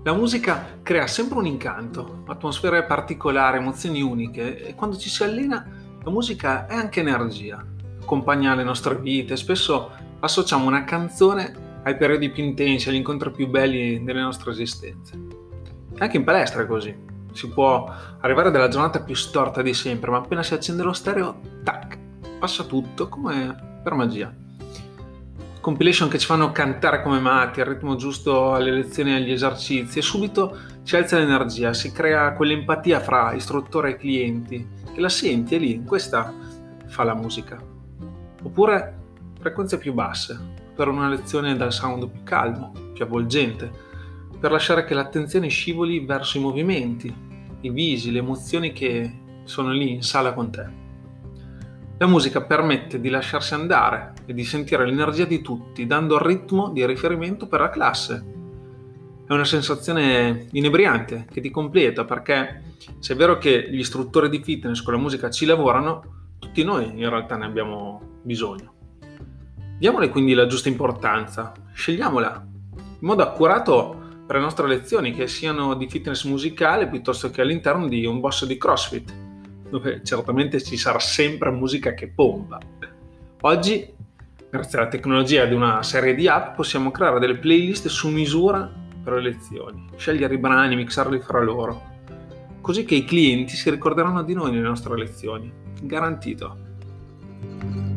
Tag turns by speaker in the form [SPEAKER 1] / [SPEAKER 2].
[SPEAKER 1] La musica crea sempre un incanto, atmosfere particolari, emozioni uniche e quando ci si allena la musica è anche energia, accompagna le nostre vite, spesso associamo una canzone ai periodi più intensi, agli incontri più belli delle nostre esistenze. Anche in palestra è così, si può arrivare dalla giornata più storta di sempre, ma appena si accende lo stereo, tac, passa tutto come per magia. Compilation che ci fanno cantare come matti, al ritmo giusto alle lezioni e agli esercizi e subito ci alza l'energia, si crea quell'empatia fra istruttore e clienti, che la senti e lì, questa fa la musica. Oppure frequenze più basse, per una lezione dal sound più calmo, più avvolgente, per lasciare che l'attenzione scivoli verso i movimenti, i visi, le emozioni che sono lì in sala con te. La musica permette di lasciarsi andare e di sentire l'energia di tutti, dando il ritmo di riferimento per la classe. È una sensazione inebriante che ti completa perché se è vero che gli istruttori di fitness con la musica ci lavorano, tutti noi in realtà ne abbiamo bisogno. Diamole quindi la giusta importanza, scegliamola in modo accurato per le nostre lezioni, che siano di fitness musicale piuttosto che all'interno di un boss di CrossFit, dove certamente ci sarà sempre musica che pompa. Oggi, grazie alla tecnologia di una serie di app, possiamo creare delle playlist su misura per le lezioni, scegliere i brani, mixarli fra loro, così che i clienti si ricorderanno di noi nelle nostre lezioni. Garantito.